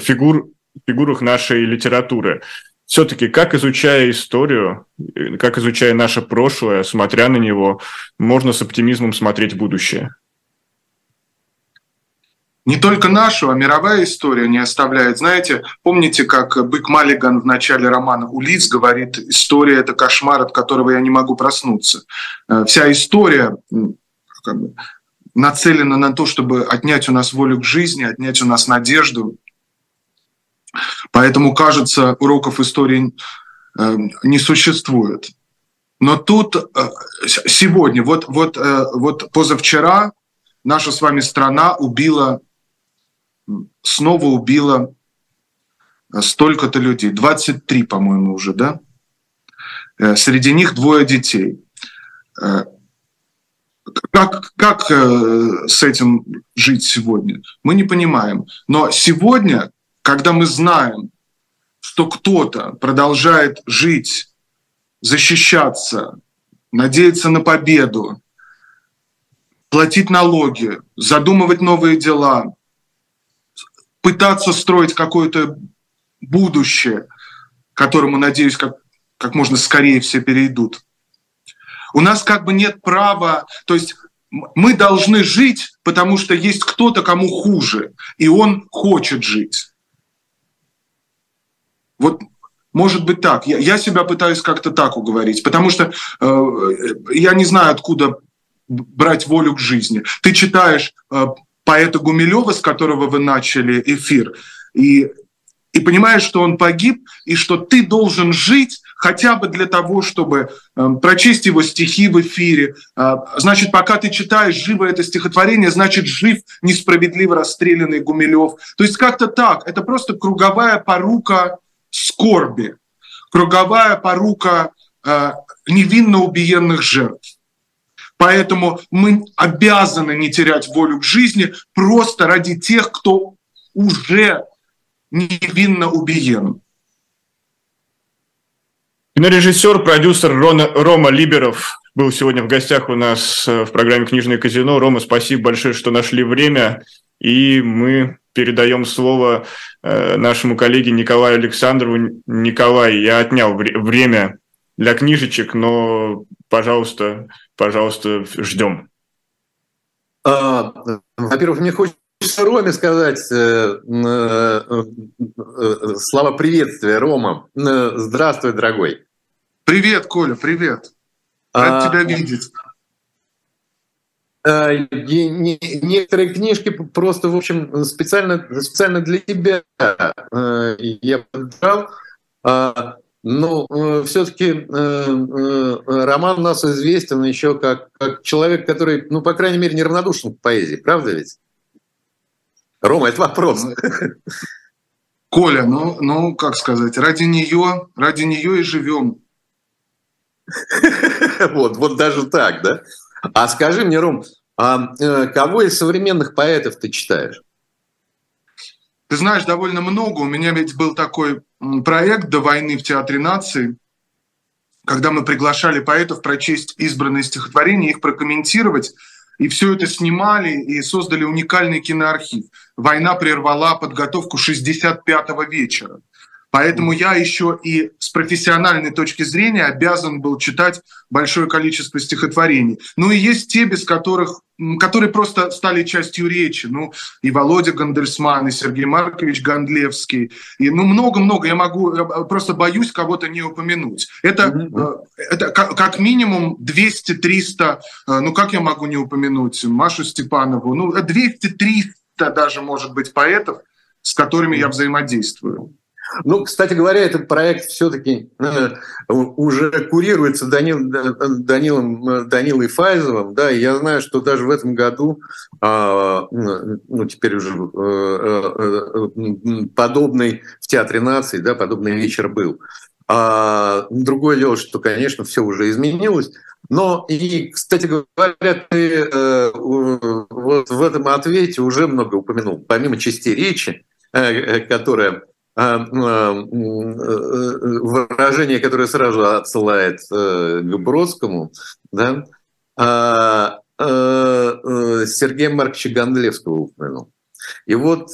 нашей литературы. Все-таки, как изучая историю, как изучая наше прошлое, смотря на него, можно с оптимизмом смотреть в будущее? Не только нашу, а мировая история не оставляет. Знаете, помните, как Бык Маллиган в начале романа «Улисс» говорит: «История – это кошмар, от которого я не могу проснуться». Вся история нацелена на то, чтобы отнять у нас волю к жизни, отнять у нас надежду. Поэтому, кажется, уроков истории не существует. Но тут сегодня, вот позавчера наша с вами страна снова убила столько-то людей. 23, по-моему, уже, да? Среди них 2 детей. Как с этим жить сегодня? Мы не понимаем. Но сегодня, когда мы знаем, что кто-то продолжает жить, защищаться, надеяться на победу, платить налоги, задумывать новые дела, пытаться строить какое-то будущее, к которому, надеюсь, как можно скорее все перейдут. У нас как бы нет права, то есть мы должны жить, потому что есть кто-то, кому хуже, и он хочет жить. Вот, может быть, так. Я себя пытаюсь как-то так уговорить, потому что я не знаю, откуда брать волю к жизни. Ты читаешь поэта Гумилева, с которого вы начали эфир, и понимаешь, что он погиб, и что ты должен жить хотя бы для того, чтобы прочесть его стихи в эфире. Значит, пока ты читаешь живо это стихотворение, значит, жив несправедливо расстрелянный Гумилев. То есть как-то так. Это просто круговая порука скорби, круговая порука невинно убиенных жертв. Поэтому мы обязаны не терять волю к жизни просто ради тех, кто уже невинно убиен. Кинорежиссер, продюсер Рома Либеров был сегодня в гостях у нас в программе «Книжное казино». Рома, спасибо большое, что нашли время. И мы передаем слово нашему коллеге Николаю Александрову. Николай, я отнял время для книжечек, но, пожалуйста, ждем. Во-первых, мне хочется Роме сказать слова приветствия. Рома, здравствуй, дорогой. Привет, Коля, привет. Рад тебя видеть. Некоторые книжки просто, в общем, специально для тебя я подбирал. Но все-таки Роман у нас известен еще как человек, который, ну, по крайней мере, неравнодушен к поэзии. Правда ведь? Рома, это вопрос. Коля, ну, как сказать, ради нее и живем. Вот даже так, да? А скажи мне, Ром, кого из современных поэтов ты читаешь? Ты знаешь, довольно много. У меня ведь был такой проект до войны в Театре наций, когда мы приглашали поэтов прочесть избранные стихотворения, их прокомментировать. И все это снимали и создали уникальный киноархив. Война прервала подготовку 65-го вечера. Поэтому я еще и с профессиональной точки зрения обязан был читать большое количество стихотворений. Ну и есть те, без которых, которые просто стали частью речи. Ну и Володя Гандельсман, и Сергей Маркович Гондлевский. И ну много-много. Я просто боюсь кого-то не упомянуть. Это как минимум 200-300, ну как я могу не упомянуть Машу Степанову? Ну 200-300 даже, может быть, поэтов, с которыми я взаимодействую. Ну, кстати говоря, этот проект все-таки уже курируется Данилой Файзовым, да, и я знаю, что даже в этом году, ну, теперь уже подобный в Театре наций, да, подобный вечер был. Другое дело, что, конечно, все уже изменилось. Но, и, кстати говоря, ты вот в этом ответе уже много упомянул. Помимо части речи, которая выражение, которое сразу отсылает к Бродскому, да, Сергея Марковича Гондлевского упомянул. И вот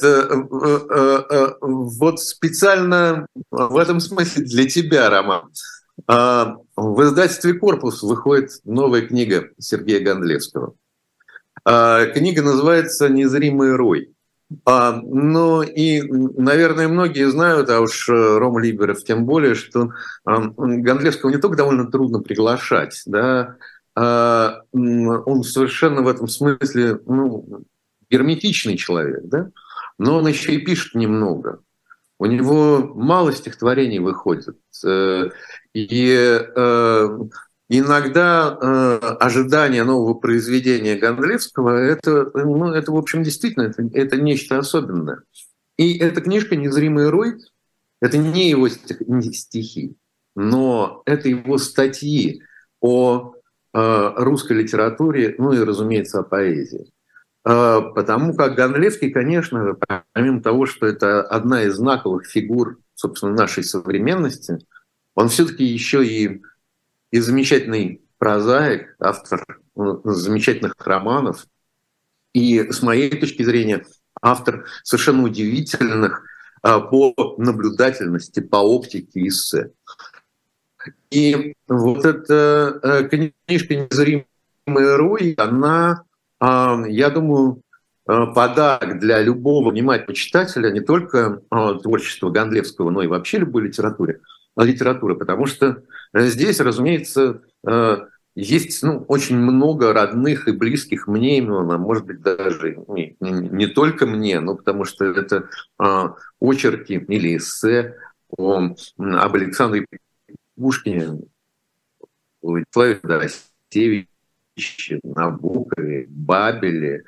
специально в этом смысле для тебя, Роман, в издательстве «Корпус» выходит новая книга Сергея Гондлевского. Книга называется «Незримый рой». Ну и, наверное, многие знают, а уж Рома Либеров тем более, что Гондлевского не только довольно трудно приглашать, да, он совершенно в этом смысле, ну, герметичный человек, да, но он еще и пишет немного. У него мало стихотворений выходит. И иногда ожидание нового произведения Гондлевского это, в общем, действительно, это нечто особенное. И эта книжка «Незримый рой» — это не его стихи, но это его статьи о русской литературе, ну и, разумеется, о поэзии. Потому как Гондлевский, конечно, помимо того, что это одна из знаковых фигур, собственно, нашей современности, он все-таки еще и замечательный прозаик, автор замечательных романов, и, с моей точки зрения, автор совершенно удивительных по наблюдательности, по оптике эссе. И вот эта книжка «Незримый рой», она, я думаю, подарок для любого внимательного читателя не только творчества Гондлевского, но и вообще любой литературы, потому что здесь, разумеется, есть очень много родных и близких мне имен, а может быть даже не только мне, но потому что это очерки или эссе об Александре Пушкине, Владиславе Дорофеевиче, Набокове, Бабеле.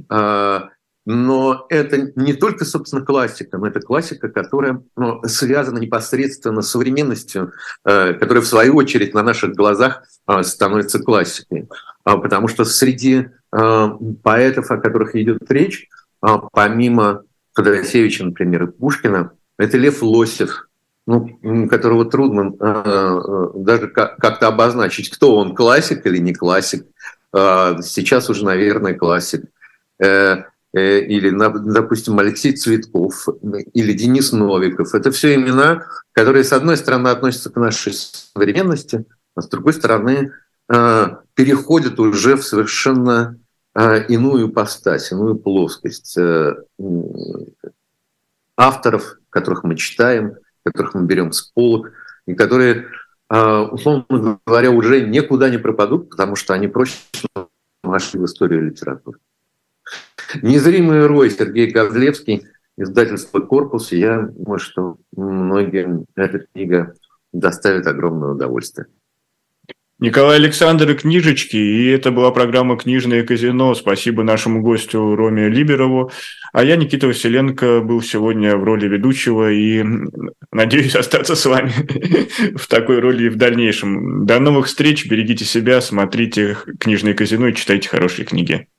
Но это не только, собственно, классика, но это классика, которая связана непосредственно с современностью, которая, в свою очередь, на наших глазах становится классикой. Потому что среди поэтов, о которых идет речь, помимо Дорофеевича, например, и Пушкина, это Лев Лосев, которого трудно даже как-то обозначить, кто он, классик или не классик. Сейчас уже, наверное, классик. Или, допустим, Алексей Цветков или Денис Новиков. Это все имена, которые, с одной стороны, относятся к нашей современности, а с другой стороны, переходят уже в совершенно иную ипостась, иную плоскость авторов, которых мы читаем, которых мы берем с полок, и которые, условно говоря, уже никуда не пропадут, потому что они прочно вошли в историю литературы. «Незримый рой», Сергей Козлевский, издательство «Корпус». Я думаю, что многим эта книга доставит огромное удовольствие. Николай Александр и книжечки, и это была программа «Книжное казино». Спасибо нашему гостю Роме Либерову. А я, Никита Василенко, был сегодня в роли ведущего и надеюсь остаться с вами в такой роли и в дальнейшем. До новых встреч, берегите себя, смотрите «Книжное казино» и читайте хорошие книги.